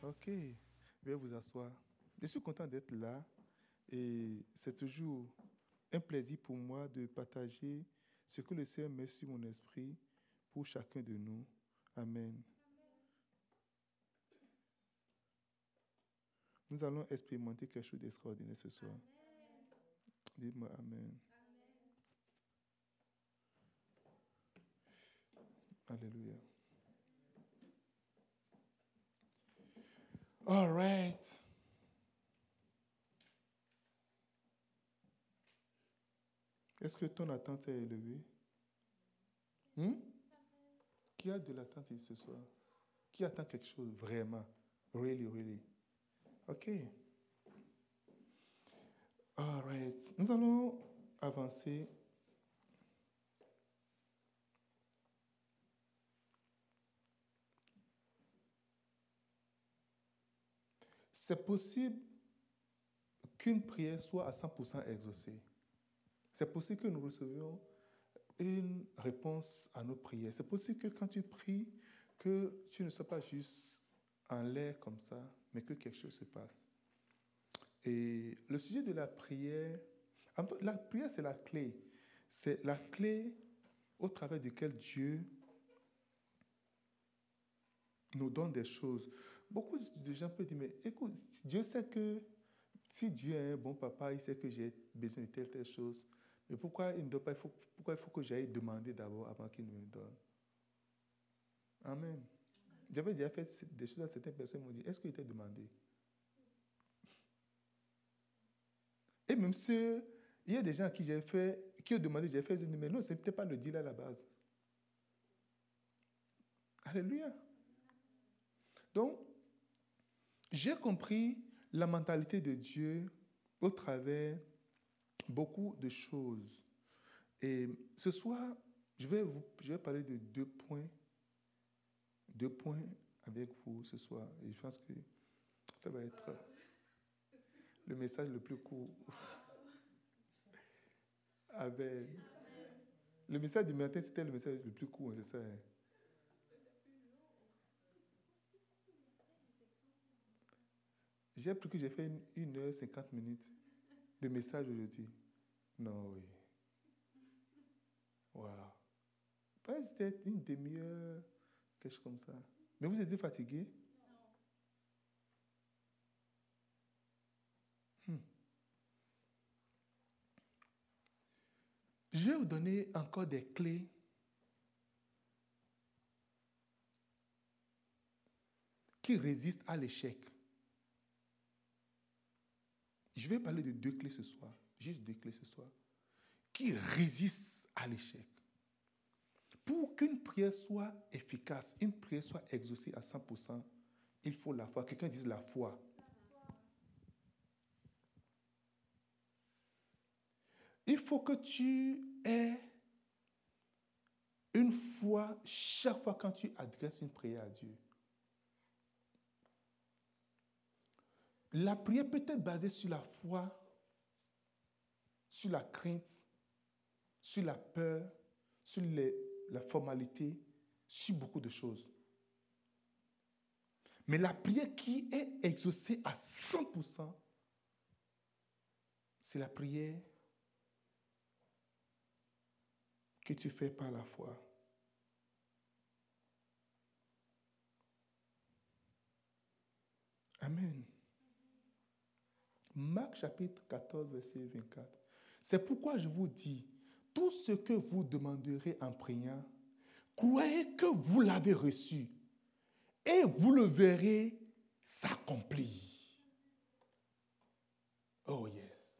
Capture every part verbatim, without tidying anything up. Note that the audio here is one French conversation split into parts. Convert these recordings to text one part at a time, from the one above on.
Ok, veuillez vous asseoir. Je suis content d'être là et c'est toujours un plaisir pour moi de partager ce que le Seigneur met sur mon esprit pour chacun de nous. Amen. Nous allons expérimenter quelque chose d'extraordinaire ce soir. Dites-moi Amen. Alléluia. All right. Est-ce que ton attente est élevée? Hmm? Qui a de l'attente ce soir? Qui attend quelque chose vraiment? Really, really. OK. All right. Nous allons avancer. C'est possible qu'une prière soit à cent pour cent exaucée. C'est possible que nous recevions une réponse à nos prières. C'est possible que quand tu pries, que tu ne sois pas juste en l'air comme ça, mais que quelque chose se passe. Et le sujet de la prière, la prière c'est la clé. C'est la clé au travers de laquelle Dieu nous donne des choses. Beaucoup de gens peuvent dire, mais écoute, Dieu sait que si Dieu est un bon papa, il sait que j'ai besoin de telle, telle chose. Mais pourquoi il ne doit pas, il faut, pourquoi il faut que j'aille demander d'abord avant qu'il me donne? Amen. J'avais déjà fait des choses à certaines personnes qui m'ont dit, est-ce qu'il t'a demandé? Et même si il y a des gens qui j'ai fait, qui ont demandé, j'ai fait, mais non, ce n'était pas le deal à la base. Alléluia. Donc, j'ai compris la mentalité de Dieu au travers beaucoup de choses. Et ce soir, je vais, vous, je vais parler de deux points, deux points avec vous ce soir. Et je pense que ça va être le message le plus court. Avec... Le message du matin, c'était le message le plus court, c'est ça. Hein? J'ai appris que j'ai fait une, une heure cinquante minutes de message aujourd'hui. Non, oui. Wow. C'était une demi-heure, quelque chose comme ça. Mais vous étiez fatigué? Hmm. Je vais vous donner encore des clés qui résistent à l'échec. Je vais parler de deux clés ce soir, juste deux clés ce soir, qui résistent à l'échec. Pour qu'une prière soit efficace, une prière soit exaucée à cent pour cent, il faut la foi. Quelqu'un dise la foi. Il faut que tu aies une foi chaque fois quand tu adresses une prière à Dieu. La prière peut être basée sur la foi, sur la crainte, sur la peur, sur les, la formalité, sur beaucoup de choses. Mais la prière qui est exaucée à cent pour cent, c'est la prière que tu fais par la foi. Amen. Marc chapitre quatorze, verset vingt-quatre. C'est pourquoi je vous dis, tout ce que vous demanderez en priant, croyez que vous l'avez reçu et vous le verrez s'accomplir. Oh yes.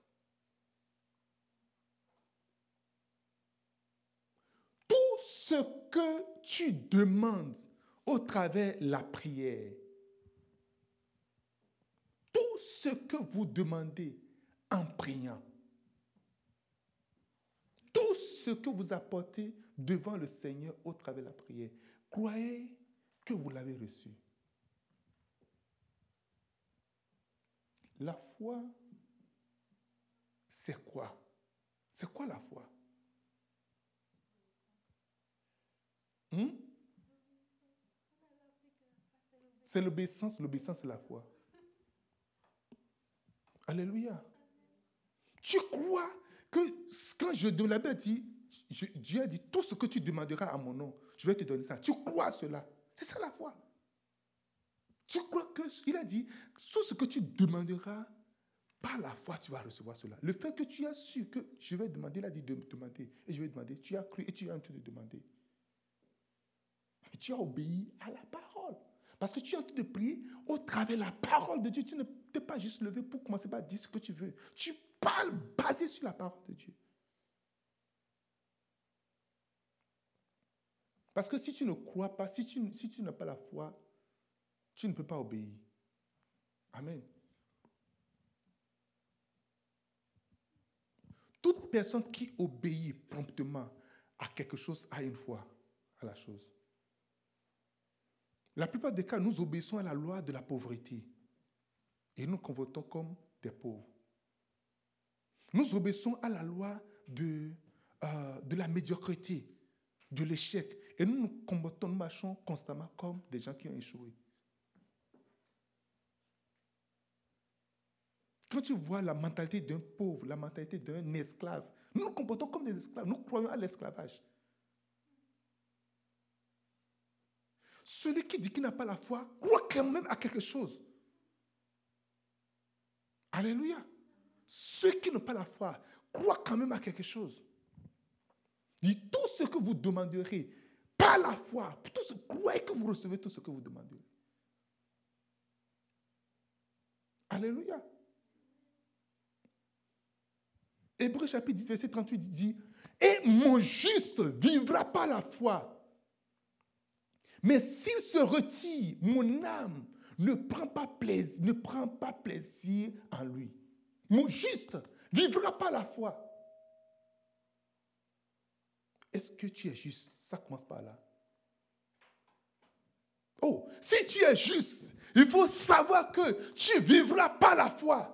Tout ce que tu demandes au travers de la prière, tout ce que vous demandez en priant, tout ce que vous apportez devant le Seigneur au travers de la prière, croyez que vous l'avez reçu. La foi, c'est quoi? C'est quoi la foi? Hmm? C'est l'obéissance. L'obéissance, c'est la foi. Alléluia. Tu crois que quand je demande, la Bible a dit, je, Dieu a dit, tout ce que tu demanderas à mon nom, je vais te donner ça. Tu crois à cela. C'est ça la foi. Tu crois que, il a dit, tout ce que tu demanderas, par la foi, tu vas recevoir cela. Le fait que tu as su que je vais demander, il a dit de me demander, et je vais demander, tu as cru et tu es en train de demander. Et tu as obéi à la parole. Parce que tu es en train de prier au travers de la parole de Dieu. Tu ne t'es pas juste levé pour commencer par dire ce que tu veux. Tu parles basé sur la parole de Dieu. Parce que si tu ne crois pas, si tu, si tu n'as pas la foi, tu ne peux pas obéir. Amen. Toute personne qui obéit promptement à quelque chose a une foi à la chose. La plupart des cas, nous obéissons à la loi de la pauvreté et nous convotons comme des pauvres. Nous obéissons à la loi de, euh, de la médiocrité, de l'échec et nous nous combattons, nous marchons constamment comme des gens qui ont échoué. Quand tu vois la mentalité d'un pauvre, la mentalité d'un esclave, nous nous comportons comme des esclaves, nous croyons à l'esclavage. Celui qui dit qu'il n'a pas la foi croit quand même à quelque chose. Alléluia. Ceux qui n'ont pas la foi croient quand même à quelque chose. Dit tout ce que vous demanderez par la foi, tout ce, croyez que vous recevez tout ce que vous demandez. Alléluia. Hébreux chapitre dix, verset trente-huit dit, « Et mon juste vivra par la foi. Mais s'il se retire, mon âme ne prend pas plaisir, ne prend pas plaisir en lui. Mon juste vivra par la foi. » Est-ce que tu es juste? Ça commence par là. Oh, si tu es juste, il faut savoir que tu vivras par la foi.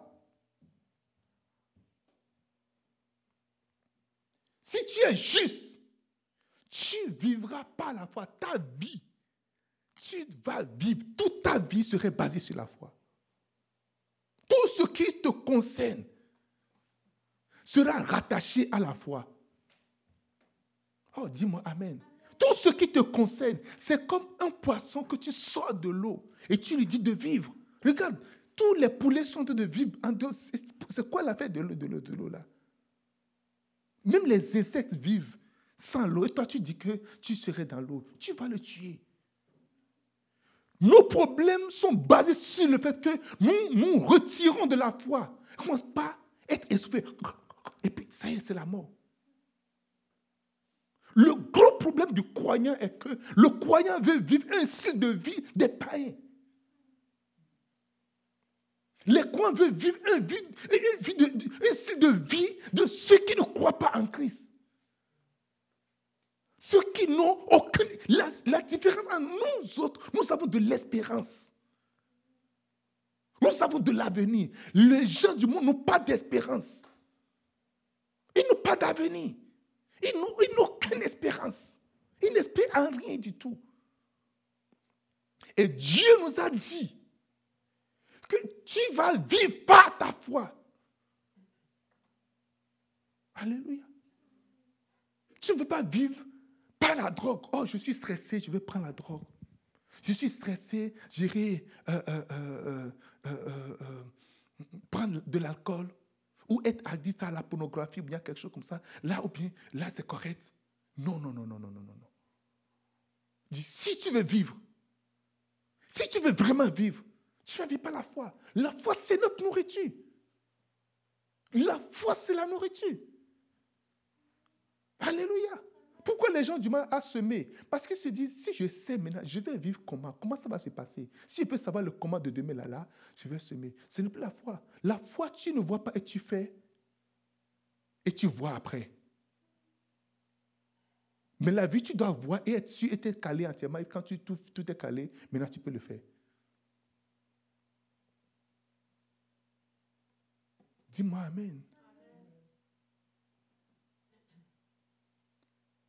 Si tu es juste, tu vivras par la foi. Ta vie, tu vas vivre, toute ta vie serait basée sur la foi. Tout ce qui te concerne sera rattaché à la foi. Oh, dis-moi Amen. Tout ce qui te concerne, c'est comme un poisson que tu sors de l'eau et tu lui dis de vivre. Regarde, tous les poulets sont en train de vivre en dehors. C'est quoi l'affaire de l'eau, de l'eau, de l'eau là? Même les insectes vivent sans l'eau. Et toi, tu dis que tu serais dans l'eau. Tu vas le tuer. Nos problèmes sont basés sur le fait que nous nous retirons de la foi. On commence pas à être essoufflé. Et puis, ça y est, c'est la mort. Le gros problème du croyant est que le croyant veut vivre un style de vie des païens. Les croyants veulent vivre un, vie, une vie de, un style de vie de ceux qui ne croient pas en Christ. Ceux qui n'ont aucune... La, la différence entre nous autres, nous avons de l'espérance. Nous avons de l'avenir. Les gens du monde n'ont pas d'espérance. Ils n'ont pas d'avenir. Ils n'ont, ils n'ont aucune espérance. Ils n'espèrent en rien du tout. Et Dieu nous a dit que tu vas vivre par ta foi. Alléluia. Tu ne veux pas vivre par la drogue. Oh, je suis stressé, je vais prendre la drogue. Je suis stressé, j'irai euh, euh, euh, euh, euh, euh, prendre de l'alcool ou être addict à la pornographie ou bien quelque chose comme ça. Là ou bien, là c'est correct. Non, non, non, non, non, non, non. Dis, si tu veux vivre, si tu veux vraiment vivre, tu vas vivre par la foi. La foi, c'est notre nourriture. La foi, c'est la nourriture. Alléluia. Pourquoi les gens ont du mal à semer? Parce qu'ils se disent, si je sais maintenant, je vais vivre comment? Comment ça va se passer? Si je peux savoir le comment de demain là, là, je vais semer. Ce n'est plus la foi. La foi, tu ne vois pas et tu fais. Et tu vois après. Mais la vie, tu dois voir et être sûr et être calé entièrement. Et quand tu, tout, tout est calé, maintenant tu peux le faire. Dis-moi Amen.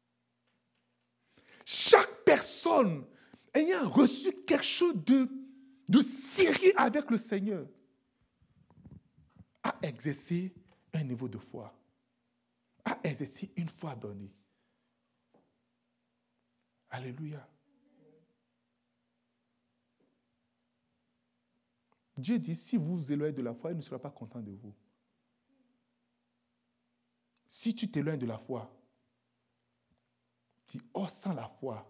Chaque personne ayant reçu quelque chose de de sérieux avec le Seigneur, à exercer un niveau de foi, à exercer une foi donnée. Alléluia. Dieu dit, si vous vous éloignez de la foi, il ne sera pas content de vous. Si tu t'éloignes de la foi, tu dis, oh, sans la foi,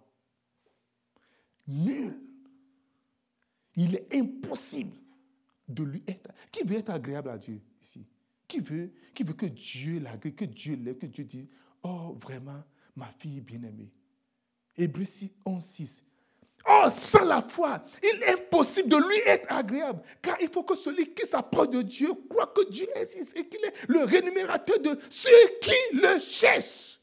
nul. Il est impossible de lui être. Qui veut être agréable à Dieu ici? Qui veut, qui veut que Dieu l'agrée, que Dieu l'aime, que Dieu dise, oh, vraiment, ma fille bien-aimée. Hébreux onze six. Oh, sans la foi, il est impossible de lui être agréable. Car il faut que celui qui s'approche de Dieu croit que Dieu existe et qu'il est le rémunérateur de ceux qui le cherchent.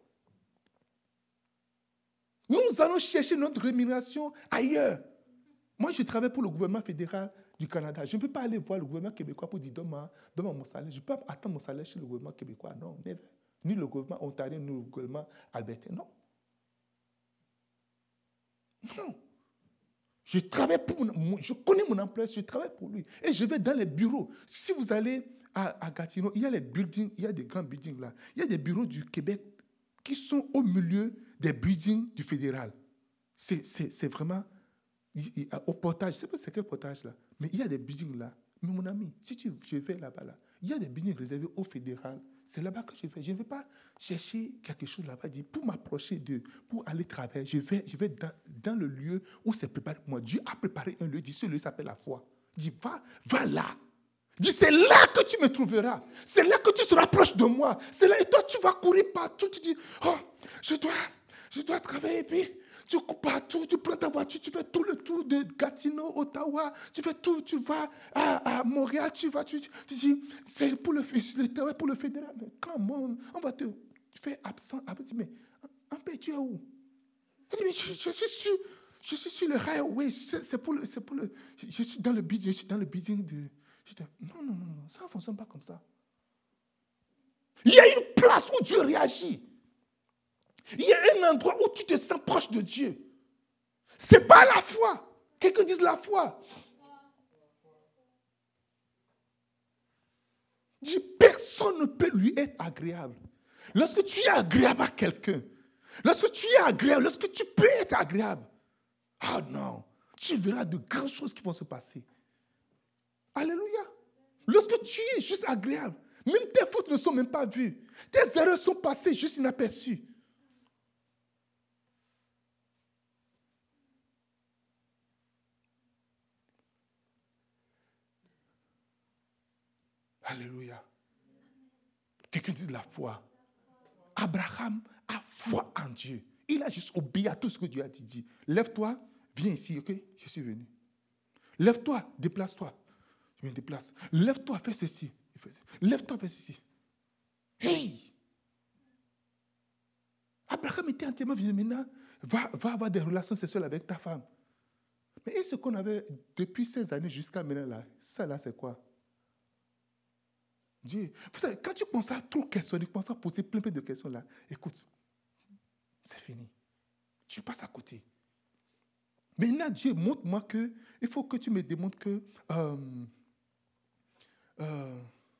Nous allons chercher notre rémunération ailleurs. Moi, je travaille pour le gouvernement fédéral du Canada. Je ne peux pas aller voir le gouvernement québécois pour dire donne-moi, donne-moi mon salaire. Je ne peux pas attendre mon salaire chez le gouvernement québécois. Non, never. Ni le gouvernement ontarien, ni le gouvernement albertain. Non. Non. Je travaille pour mon, je connais mon employeur, je travaille pour lui. Et je vais dans les bureaux. Si vous allez à, à Gatineau, il y a les buildings, il y a des grands buildings là. Il y a des bureaux du Québec qui sont au milieu des buildings du fédéral. C'est, c'est, c'est vraiment au portage. Je ne sais pas c'est quel portage là. Mais il y a des buildings là. Mais mon ami, si tu, je vais là-bas là, il y a des buildings réservés au fédéral. C'est là-bas que je vais. Je ne vais pas chercher quelque chose là-bas. Dire, pour m'approcher d'eux, pour aller travailler, je vais, je vais dans, dans le lieu où c'est préparé pour moi. Dieu a préparé un lieu. Dit, ce lieu s'appelle la foi. Dis, va, va là. Dis, c'est là que tu me trouveras. C'est là que tu seras proche de moi. C'est là. Et toi, tu vas courir partout. Tu dis, oh, je dois, je dois travailler. Et puis, tu cours partout, tu prends ta voiture, tu fais tout le tour de Gatineau, Ottawa, tu fais tout, tu vas à, à Montréal, tu vas, tu, tu dis, c'est pour le, le travail pour le fédéral. Mais comment on va te faire absent, absent mais en paix, tu es où? Je dis, mais je, je suis sur, je suis sur le highway, c'est, c'est pour le, c'est pour le, je, je suis dans le building, je suis dans le building de, je dis, non, non, non, non, ça ne fonctionne pas comme ça. Il y a une place où Dieu réagit. Il y a un endroit où tu te sens proche de Dieu. Ce n'est pas la foi. Quelqu'un dise la foi. Dis, personne ne peut lui être agréable. Lorsque tu es agréable à quelqu'un, lorsque tu es agréable, lorsque tu peux être agréable, ah non, tu verras de grandes choses qui vont se passer. Alléluia. Lorsque tu es juste agréable, même tes fautes ne sont même pas vues. Tes erreurs sont passées juste inaperçues. Alléluia. Quelqu'un dit la foi. Abraham a foi en Dieu. Il a juste obéi à tout ce que Dieu a dit. dit. Lève-toi, viens ici, ok? Je suis venu. Lève-toi, déplace-toi. Je me déplace. Lève-toi, fais ceci. Lève-toi, fais ceci. Hey! Abraham était entièrement venu. Maintenant, va, va avoir des relations sexuelles avec ta femme. Mais ce qu'on avait depuis ces années jusqu'à maintenant, là, ça là, c'est quoi? Dieu. Vous savez, quand tu commences à trop questionner, tu commences à poser plein, plein de questions là, écoute, c'est fini. Tu passes à côté. Maintenant, Dieu, montre-moi que, il faut que tu me démontres que, euh, euh,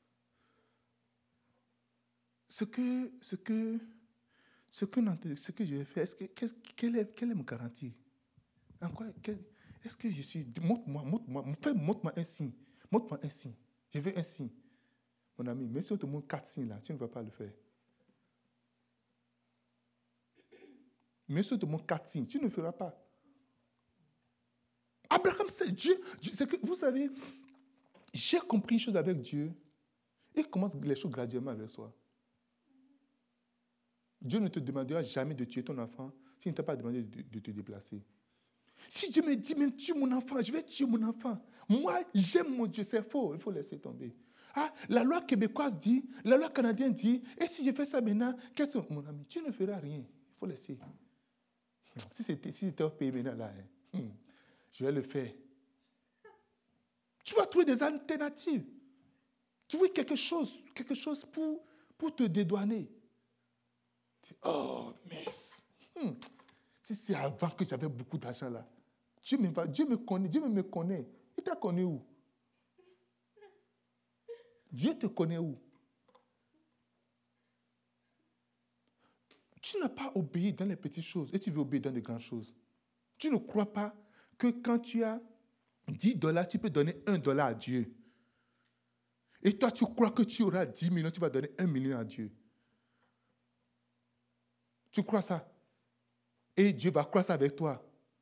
ce que, ce que, ce que, ce que je vais faire, est-ce que, quelle est, quelle est ma garantie? En quoi, quel, est-ce que je suis, montre-moi, montre-moi, montre-moi un signe, montre-moi un signe. Je veux un signe. Mon ami, même si on te montre quatre signes là, tu ne vas pas le faire. Même si on te montre quatre signes, tu ne le feras pas. Abraham, c'est Dieu. Dieu c'est que, vous savez, j'ai compris une chose avec Dieu. Il commence les choses graduellement avec soi. Dieu ne te demandera jamais de tuer ton enfant s'il ne t'a pas demandé de, de te déplacer. Si Dieu me dit, même tue mon enfant, je vais tuer mon enfant. Moi, j'aime mon Dieu, c'est faux, il faut laisser tomber. Ah, la loi québécoise dit, la loi canadienne dit, et si je fais ça maintenant, qu'est-ce que mon ami, tu ne feras rien. Il faut laisser. Si c'était, si c'était au pays maintenant là, hein, je vais le faire. Tu vas trouver des alternatives. Tu veux quelque chose, quelque chose pour, pour te dédouaner. Oh, mais hmm, si c'est avant que j'avais beaucoup d'argent là, Dieu me, va, Dieu me connaît, Dieu me connaît. Il t'a connu où? Dieu te connaît où? Tu n'as pas obéi dans les petites choses et tu veux obéir dans les grandes choses. Tu ne crois pas que quand tu as dix dollars, tu peux donner un dollar à Dieu. Et toi, tu crois que tu auras dix millions, tu vas donner un million à Dieu. Tu crois ça? Et Dieu va croire ça avec toi.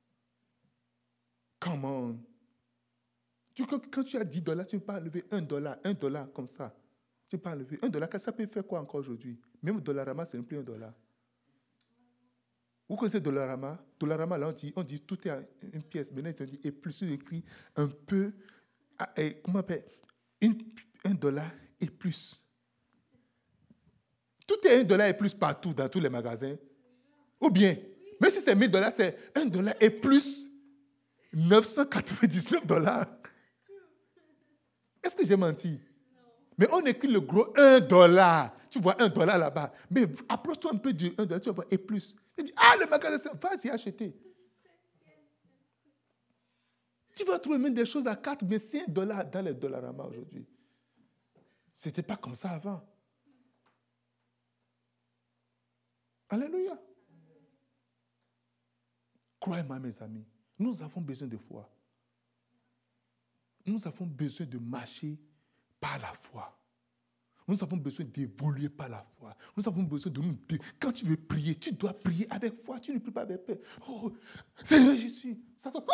Come on. Tu, quand, quand tu as dix dollars, tu ne peux pas enlever un dollar, un dollar comme ça. Tu ne peux pas enlever un dollar. Ça peut faire quoi encore aujourd'hui? Même Dollarama, ce n'est plus un dollar. Vous connaissez Dollarama? Dollarama, là, on dit, on dit tout est à une pièce. Maintenant, on dit, et plus, il écrit un peu, et, comment on appelle, une, un dollar et plus. Tout est un dollar et plus partout, dans tous les magasins. Ou bien, même si c'est mille dollars, c'est un dollar et plus neuf cent quatre-vingt-dix-neuf dollars. Est-ce que j'ai menti? Non. Mais on écrit le gros un dollar. Tu vois un dollar là-bas. Mais approche-toi un peu du un dollar, tu vas voir et plus. Tu dis, ah, le magasin, vas-y acheter. Tu vas trouver même des choses à quatre, mais cinq dollars dans les Dollarama aujourd'hui. Ce n'était pas comme ça avant. Alléluia. Croyez-moi, mes amis, nous avons besoin de foi. Nous avons besoin de marcher par la foi. Nous avons besoin d'évoluer par la foi. Nous avons besoin de nous... Quand tu veux prier, tu dois prier avec foi. Tu ne pries pas avec peur. Oh, Seigneur Jésus. Ça va...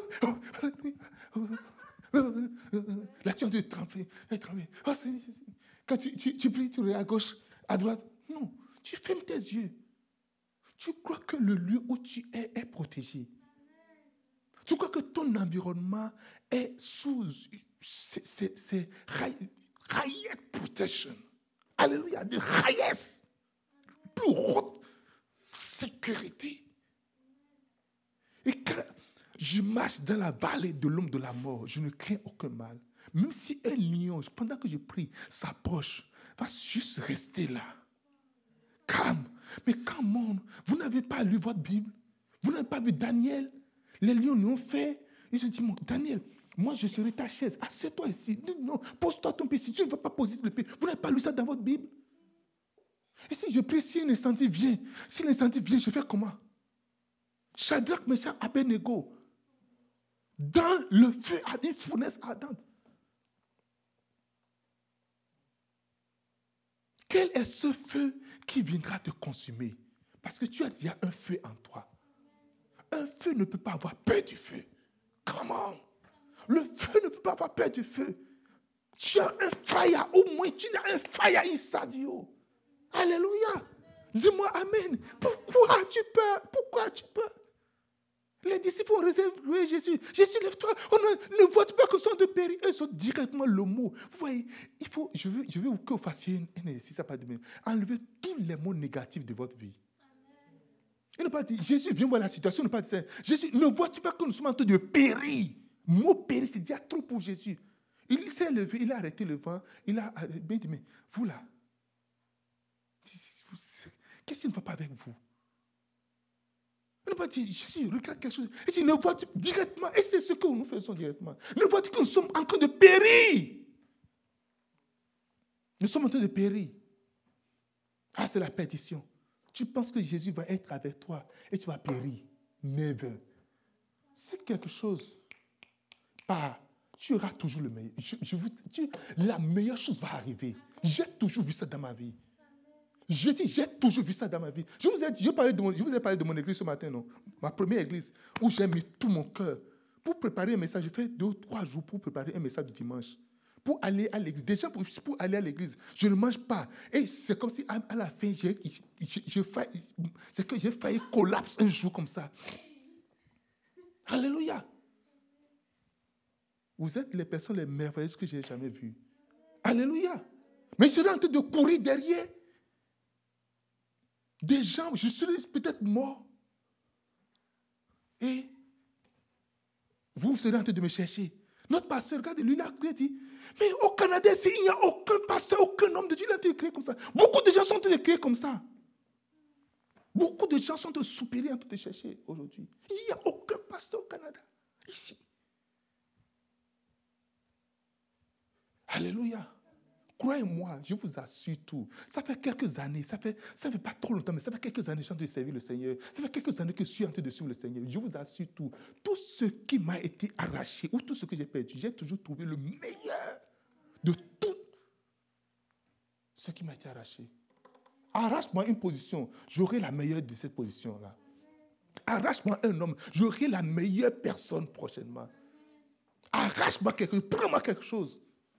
Là, tu as dû trembler. Oh, Seigneur Jésus. Quand tu, tu, tu pries, tu regardes à gauche, à droite. Non, tu fermes tes yeux. Tu crois que le lieu où tu es est protégé. Tu crois que ton environnement est sous... C'est, c'est, c'est highest protection. Alléluia, de highest, plus haute sécurité. Et quand je marche dans la vallée de l'ombre de la mort, je ne crains aucun mal. Même si un lion, pendant que je prie, s'approche, va juste rester là. Calme. Mais comment? Vous n'avez pas lu votre Bible? Vous n'avez pas vu Daniel? Les lions lui ont fait. Ils se disent, Daniel, moi je serai ta chaise. Assieds-toi ici. Non, non, pose-toi ton pied. Si tu ne veux pas poser le pied, vous n'avez pas lu ça dans votre Bible? Et si je prie, si un incendie vient, si l'incendie vient, je fais comment? Shadrach, Meshach, Abednego, dans le feu, à une fournaise ardente. Quel est ce feu qui viendra te consumer? Parce que tu as déjà un feu en toi. Un feu ne peut pas avoir peur du feu. Comment? Le feu ne peut pas avoir peur du feu. Tu as un fire, au moins tu as un fire inside you. Alléluia. Dis-moi Amen. Pourquoi tu peur? Pourquoi tu peur? Les disciples ont réservé Jésus. Jésus, lève-toi. On ne, ne voit pas que son de périr. Eux sont directement le mot. Vous voyez, il faut, je veux, je veux que vous fassiez un exercice à pas de enlevez tous les mots négatifs de votre vie. Il n'a pas dit, Jésus, viens voir la situation. Il n'a pas dit ça. Jésus, ne vois-tu pas que nous sommes en train de périr? Mot périr, c'est déjà trop pour Jésus. Il s'est levé, il a arrêté le vent. Il a dit, mais vous là, qu'est-ce qui ne va pas avec vous? Il n'a pas dit, Jésus, regarde quelque chose. Il dit, ne vois-tu directement, et c'est ce que nous faisons directement. Ne vois-tu que nous sommes en train de périr? Nous sommes en train de périr. Ah, c'est la perdition. Tu penses que Jésus va être avec toi et tu vas périr. Never. Si quelque chose part, tu auras toujours le meilleur. Je, je, tu, la meilleure chose va arriver. J'ai toujours vu ça dans ma vie. Je dis, j'ai toujours vu ça dans ma vie. Je vous ai dit, je, parlais de mon, je vous ai parlé de mon église ce matin, non? Ma première église, où j'ai mis tout mon cœur pour préparer un message. J'ai fait deux ou trois jours pour préparer un message du dimanche. Pour aller à l'église. Déjà, pour, pour aller à l'église, je ne mange pas. Et c'est comme si, à, à la fin, j'ai, j'ai, j'ai failli, c'est que j'ai failli collapse un jour comme ça. Alléluia. Vous êtes les personnes les merveilleuses que je n'ai jamais vues. Alléluia. Mais je suis en train de courir derrière des gens. Je suis peut-être mort. Et vous serez en train de me chercher. Notre pasteur, regardez, lui, il a dit, mais au Canada, il n'y a aucun pasteur, aucun homme de Dieu, il a été créé comme ça. Beaucoup de gens sont en train de créer comme ça. Beaucoup de gens sont en train de soupirer, en train de chercher aujourd'hui. Il n'y a aucun pasteur au Canada. Ici. Alléluia. Croyez-moi, je vous assure tout. Ça fait quelques années, ça fait, ça fait pas trop longtemps, mais ça fait quelques années que je suis en train de servir le Seigneur. Ça fait quelques années que je suis en train de suivre le Seigneur. Je vous assure tout. Tout ce qui m'a été arraché ou tout ce que j'ai perdu, j'ai toujours trouvé le meilleur de tout ce qui m'a été arraché. Arrache-moi une position, j'aurai la meilleure de cette position-là. Arrache-moi un homme, j'aurai la meilleure personne prochainement. Arrache-moi quelque chose, prends-moi quelque chose.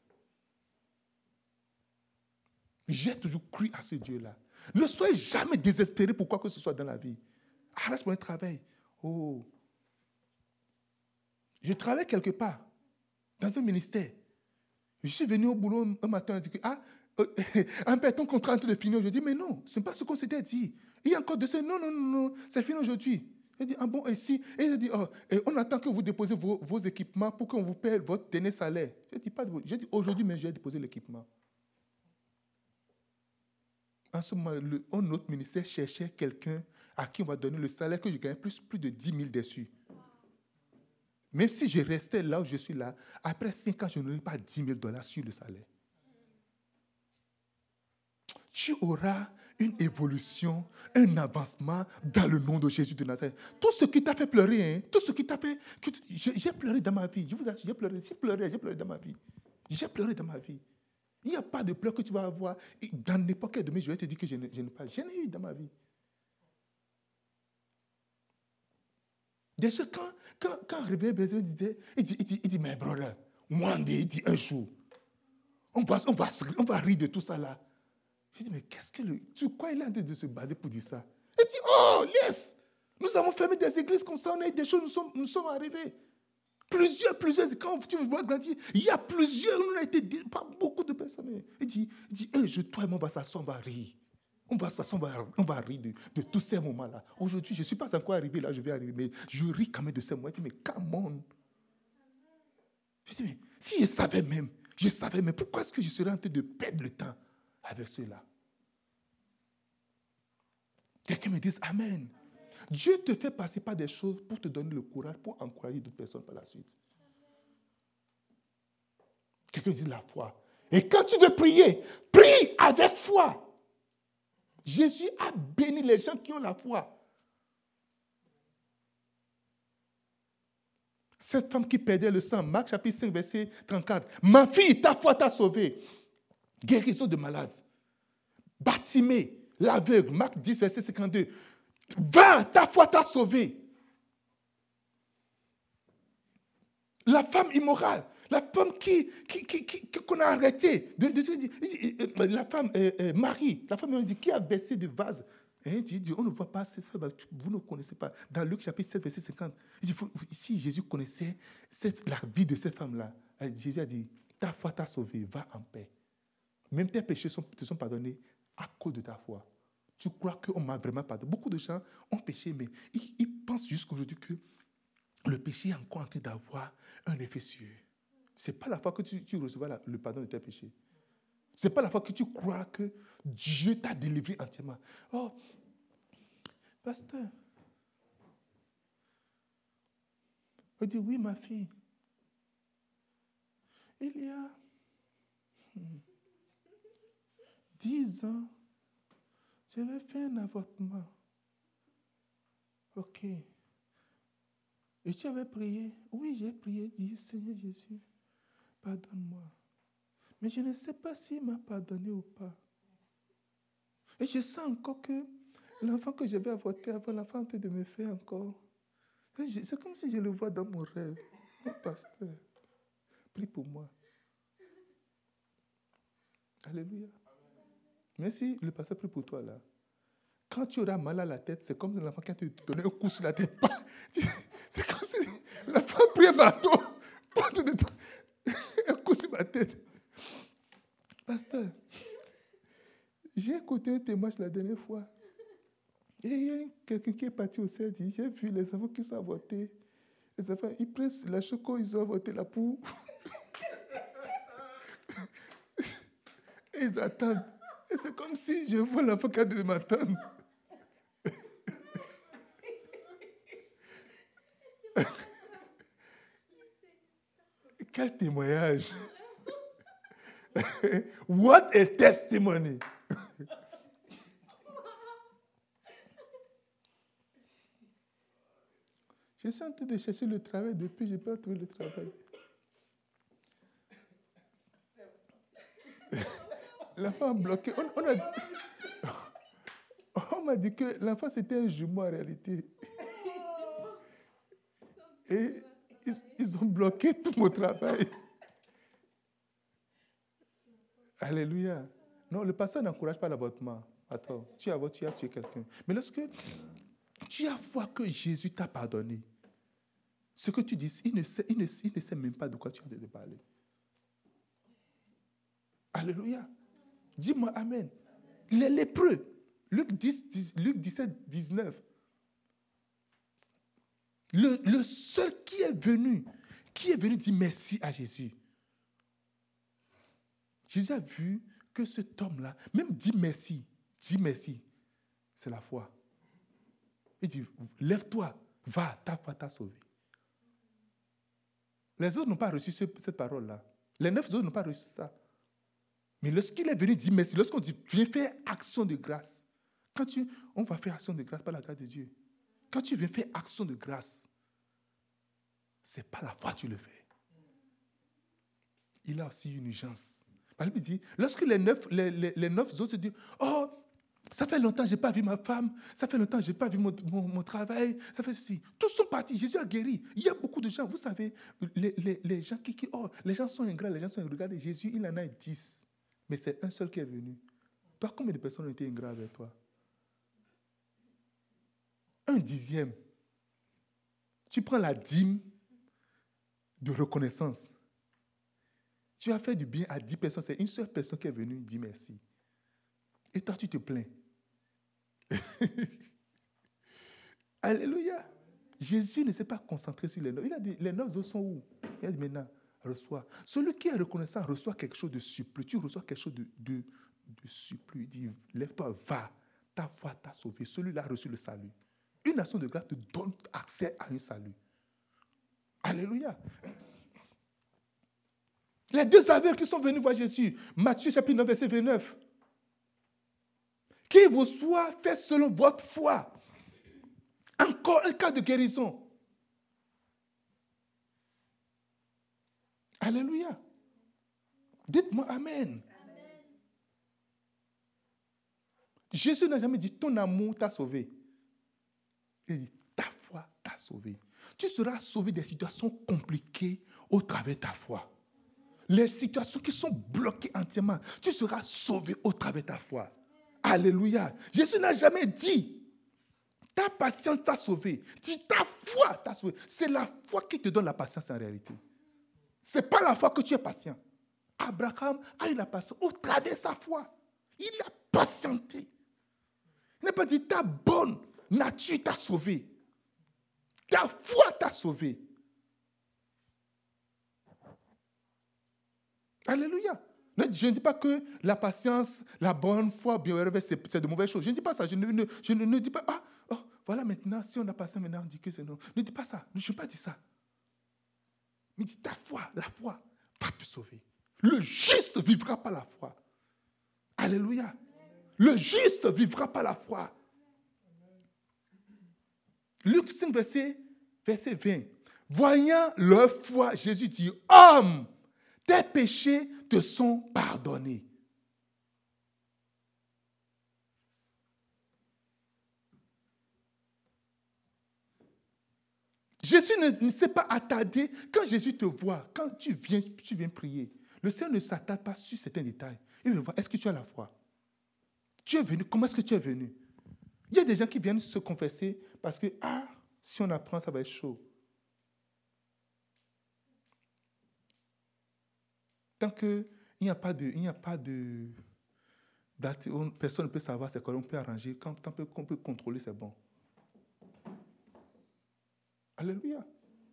J'ai toujours cru à ce Dieu-là. Ne soyez jamais désespéré pour quoi que ce soit dans la vie. Arrache-moi un travail. Oh. Je travaille quelque part, dans un ministère. Je suis venu au boulot un matin et dit que, ah, euh, un peu ton contrat est en train de finir. Je dis, mais non, ce n'est pas ce qu'on s'était dit. Il y a encore deux semaines. Non, non, non, non, c'est fini aujourd'hui. Il dit, ah bon, et si? Et il dit, oh, et on attend que vous déposez vos, vos équipements pour qu'on vous paye votre dernier salaire. Je dis, pas de, je dis, aujourd'hui, mais je vais déposer l'équipement. En ce moment, le, un autre ministère cherchait quelqu'un à qui on va donner le salaire que je gagnais plus, plus de dix mille dessus. Même si je restais là où je suis là, après cinq ans, je n'aurais pas dix mille dollars sur le salaire. Tu auras une évolution, un avancement dans le nom de Jésus de Nazareth. Tout ce qui t'a fait pleurer, hein, tout ce qui t'a fait... Que tu, j'ai pleuré dans ma vie. Je vous assure, j'ai pleuré. Si pleurer, j'ai pleuré dans ma vie. J'ai pleuré dans ma vie. Il n'y a pas de pleurs que tu vas avoir. Dans n'importe quel domaine, je vais te dire que je n'ai, je n'ai pas. J'en ai eu dans ma vie. Déjà, quand, quand, quand Réveil Bézé disait, il dit, il dit, il dit, mais brother, one day, il dit un jour, on va, on va, on va rire de tout ça là. Je dis, mais qu'est-ce que le... Tu crois qu'il est en train de se baser pour dire ça? Il dit, oh, laisse! Nous avons fermé des églises comme ça, on a eu des choses, nous sommes, nous sommes arrivés. Plusieurs, plusieurs, quand tu me vois grandir, il y a plusieurs, on a été par beaucoup de personnes. Il dit, il dit hey, je, toi et moi, on va s'asseoir, on va rire. On va s'asseoir, on va, on va rire de, de tous ces moments-là. Aujourd'hui, je ne suis pas encore arrivé là, je vais arriver, mais je ris quand même de ces moments. Il dit, mais come on. Je dis, mais si je savais même, je savais, mais pourquoi est-ce que je serais en train de perdre le temps avec ceux-là? Quelqu'un me dit, amen. Dieu te fait passer par des choses pour te donner le courage, pour encourager d'autres personnes par la suite. Quelqu'un dit la foi. Et quand tu veux prier, prie avec foi. Jésus a béni les gens qui ont la foi. Cette femme qui perdait le sang, Marc chapitre cinq, verset trente-quatre. Ma fille, ta foi t'a sauvée. Guérison de malades. Bartimée, l'aveugle, Marc dix, verset cinquante-deux. Va, ta foi t'a sauvé. La femme immorale, la femme qui, qui, qui, qui, qu'on a arrêtée, de, de, de, de, la femme euh, euh, Marie, la femme dit, qui a versé du vase. Et il dit, on ne voit pas, vous ne connaissez pas. Dans Luc chapitre sept, verset cinquante, il dit, si Jésus connaissait cette, la vie de cette femme-là, Jésus a dit, ta foi t'a sauvé, va en paix. Même tes péchés sont, te sont pardonnés à cause de ta foi. Tu crois qu'on m'a vraiment pardonné. Beaucoup de gens ont péché, mais ils, ils pensent jusqu'aujourd'hui que le péché est encore en train d'avoir un effet sur eux. Ce n'est pas la fois que tu, tu recevras la, le pardon de tes péchés. Ce n'est pas la fois que tu crois que Dieu t'a délivré entièrement. Oh, pasteur. Il dit, oui, ma fille. Il y a dix ans, j'avais fait un avortement. Ok. Et tu avais prié? Oui, j'ai prié, dit, Seigneur Jésus, pardonne-moi. Mais je ne sais pas s'il m'a pardonné ou pas. Et je sens encore que l'enfant que j'avais avorté avant, l'enfant en train de me faire encore. C'est comme si je le vois dans mon rêve. Oh, pasteur, prie pour moi. Alléluia. Mais si le pasteur prie pour toi là, quand tu auras mal à la tête, c'est comme l'enfant qui a te donné un coup sur la tête. C'est comme si l'enfant a pris un marteau pour te donner un coup sur ma tête. Pasteur, j'ai écouté un témoignage la dernière fois. Et il y a quelqu'un qui est parti au ciel, dit, j'ai vu les enfants qui sont avortés. Les enfants, ils pressent la choco, ils ont avorté la poule. Et ils attendent. Et c'est comme si je vois l'enfant qui a de m'attendre. Quel témoignage! What a testimony! Je suis en train de chercher le travail depuis, je n'ai pas trouvé le travail. L'enfant a bloqué. On, on, a, on m'a dit que l'enfant c'était un jumeau en réalité. Et ils, ils ont bloqué tout mon travail. Alléluia. Non, le pasteur n'encourage pas l'avortement. Attends, tu as tu as tué quelqu'un. Mais lorsque tu as foi que Jésus t'a pardonné, ce que tu dis, il ne sait, il ne, il ne sait même pas de quoi tu es en train de parler. Alléluia. Dis-moi Amen. Les lépreux, Luc, dix, dix, Luc dix-sept, dix-neuf. Le, le seul qui est venu, qui est venu dire merci à Jésus. Jésus a vu que cet homme-là, même dit merci, dit merci, c'est la foi. Il dit, lève-toi, va, ta foi t'a sauvé. Les autres n'ont pas reçu ce, cette parole-là. Les neuf autres n'ont pas reçu ça. Mais lorsqu'il est venu dire merci, lorsqu'on dit, viens faire action de grâce, quand tu, on va faire action de grâce par la grâce de Dieu. Quand tu viens faire action de grâce, c'est pas la foi que tu le fais. Il a aussi une urgence. La Bible dit, lorsque les neuf, les, les, les neuf autres disent, oh, ça fait longtemps que je n'ai pas vu ma femme, ça fait longtemps que je n'ai pas vu mon, mon, mon travail, ça fait ceci. Tous sont partis, Jésus a guéri. Il y a beaucoup de gens, vous savez, les, les, les gens qui, qui, oh, les gens sont ingrats, les gens sont ingrats. Regardez, Jésus, il en a dix, mais c'est un seul qui est venu. Toi, combien de personnes ont été ingrats avec toi? Un dixième. Tu prends la dîme de reconnaissance. Tu as fait du bien à dix personnes, c'est une seule personne qui est venue dire merci. Et toi, tu te plains. Alléluia. Jésus ne s'est pas concentré sur les neuf. Il a dit, les neuf autres sont où? Il a dit, maintenant, reçois. Celui qui est reconnaissant reçoit quelque chose de surplus. Tu reçois quelque chose de, de, de surplus. Il dit, lève-toi, va. Ta foi t'a sauvé. Celui-là a reçu le salut. Une action de grâce te donne accès à un salut. Alléluia. Les deux aveugles qui sont venus voir Jésus, Matthieu chapitre neuf, verset vingt-neuf. Qu'il vous soit fait selon votre foi. Encore un cas de guérison. Alléluia. Dites-moi Amen. Amen. Jésus n'a jamais dit ton amour t'a sauvé. Il dit ta foi t'a sauvé. Tu seras sauvé des situations compliquées au travers de ta foi. Les situations qui sont bloquées entièrement, tu seras sauvé au travers de ta foi. Alléluia. Jésus n'a jamais dit ta patience t'a sauvé. Dit ta foi t'a sauvé. C'est la foi qui te donne la patience en réalité. Ce n'est pas la foi que tu es patient. Abraham a eu la patience au travers de sa foi. Il a patienté. Il n'a pas dit ta bonne nature t'a sauvé. Ta foi t'a sauvé. Alléluia. Je ne dis pas que la patience, la bonne foi, c'est, c'est de mauvaises choses. Je ne dis pas ça. Je ne, ne, je ne, ne dis pas, ah, oh, voilà maintenant, si on a patience, maintenant on dit que c'est non. Ne dis pas ça. Je ne pas dire ça. Mais dis ta foi, la foi va te sauver. Le juste vivra par la foi. Alléluia. Le juste vivra par la foi. Luc cinq, verset, verset vingt. Voyant leur foi, Jésus dit, homme, tes péchés te sont pardonnés. Jésus ne, ne s'est pas attardé. Quand Jésus te voit, quand tu viens, tu viens prier, le Seigneur ne s'attarde pas sur certains détails. Il veut voir, est-ce que tu as la foi? Tu es venu, comment est-ce que tu es venu? Il y a des gens qui viennent se confesser parce que, ah, si on apprend, ça va être chaud. Tant qu'il n'y a pas de, il n'y a pas de, personne ne peut savoir c'est quoi, on peut arranger, quand, tant qu'on peut contrôler, c'est bon. Alléluia.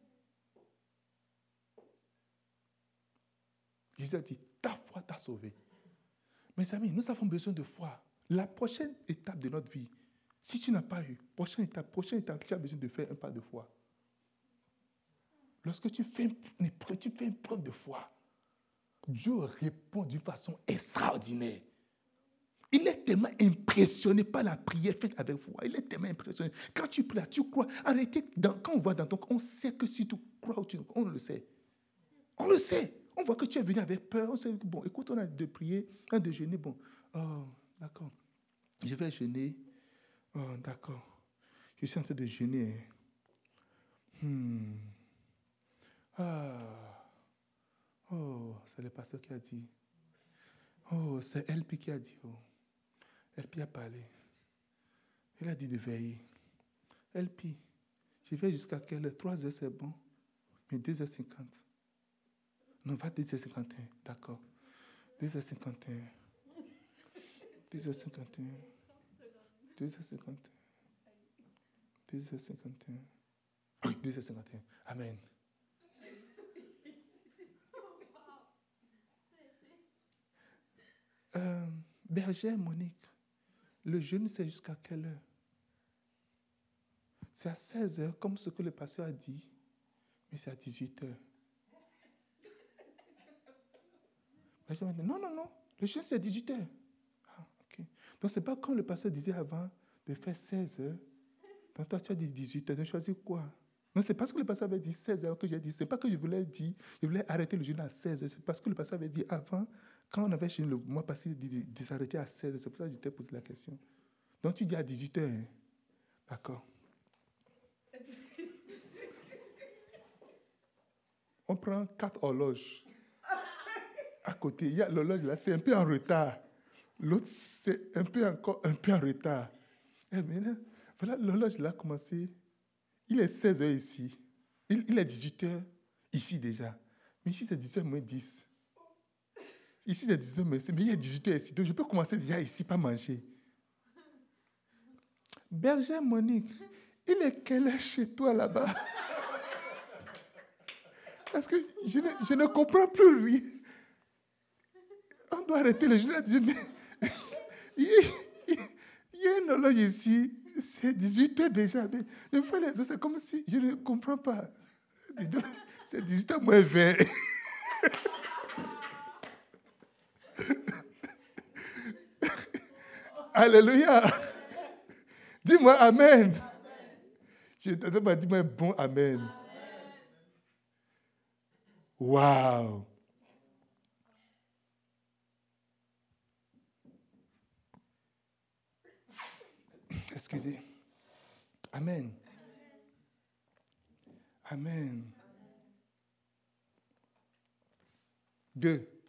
Jésus a dit, ta foi t'a sauvé. Mes amis, nous avons besoin de foi. La prochaine étape de notre vie, si tu n'as pas eu, prochaine étape, prochaine étape, tu as besoin de faire un pas de foi. lorsque tu fais une épreuve, tu fais une preuve de foi, Dieu répond d'une façon extraordinaire. Il est tellement impressionné par la prière faite avec foi. Il est tellement impressionné. Quand tu pries, tu crois. Arrêtez, dans, quand on voit dans ton cœur, on sait que si tu crois, tu, on le sait. On le sait. On voit que tu es venu avec peur. On sait que, bon, écoute, on a de prier, on a de jeûner. Bon, oh, d'accord. Je vais jeûner. Oh, d'accord. Je suis en train de jeûner. Hmm. Ah. Oh, c'est le pasteur qui a dit. Oh, c'est L P qui a dit. Oh. L P a parlé. Il a dit de veiller. L P, je vais jusqu'à quelle heure? trois heures, c'est bon. Mais deux heures cinquante. Non, va deux heures cinquante et un. D'accord. deux heures cinquante et un. deux heures cinquante et un. deux heures cinquante et un. deux heures cinquante et un. Oui, deux heures cinquante et un. Amen. Euh, Berger Monique, le jeûne, c'est jusqu'à quelle heure? C'est à seize heures, comme ce que le pasteur a dit, mais c'est à dix-huit heures. Berger m'a dit, non, non, non, le jeûne, c'est à dix-huit heures. Ah, ok. Donc, ce n'est pas quand le pasteur disait avant de faire seize heures, donc toi, tu as dit dix-huit heures, donc choisis quoi? Non, c'est parce que le pasteur avait dit seize heures que j'ai dit. Ce n'est pas que je voulais dire, je voulais arrêter le jeûne à seize heures. C'est parce que le pasteur avait dit avant, quand on avait jeûné le mois passé, de, de, de s'arrêter à seize heures. C'est pour ça que je t'ai posé la question. Donc tu dis à dix-huit heures. Hein? D'accord. On prend quatre horloges. À côté, il y a l'horloge là, c'est un peu en retard. L'autre, c'est un peu encore un peu en retard. Et maintenant, voilà, l'horloge là a commencé. Il est seize heures ici. Il, il est dix-huit heures ici déjà. Mais ici, c'est dix-huit heures moins dix. Ici, c'est dix-huit heures moins dix. Mais il y a dix-huit heures ici. Donc, je peux commencer déjà ici, pas manger. Berger Monique, il est quelle heure chez toi là-bas? Parce que je ne, je ne comprends plus rien. On doit arrêter le jeu. Mais il, il, il y a une horloge ici. C'est dix-huit heures déjà. Mais une fois les autres, c'est comme si je ne comprends pas. C'est dix-huit heures moins vingt. Alléluia. Dis-moi amen. Amen. Je te demande, dis-moi un bon amen. Waouh. Excusez. Amen. Amen. Deux.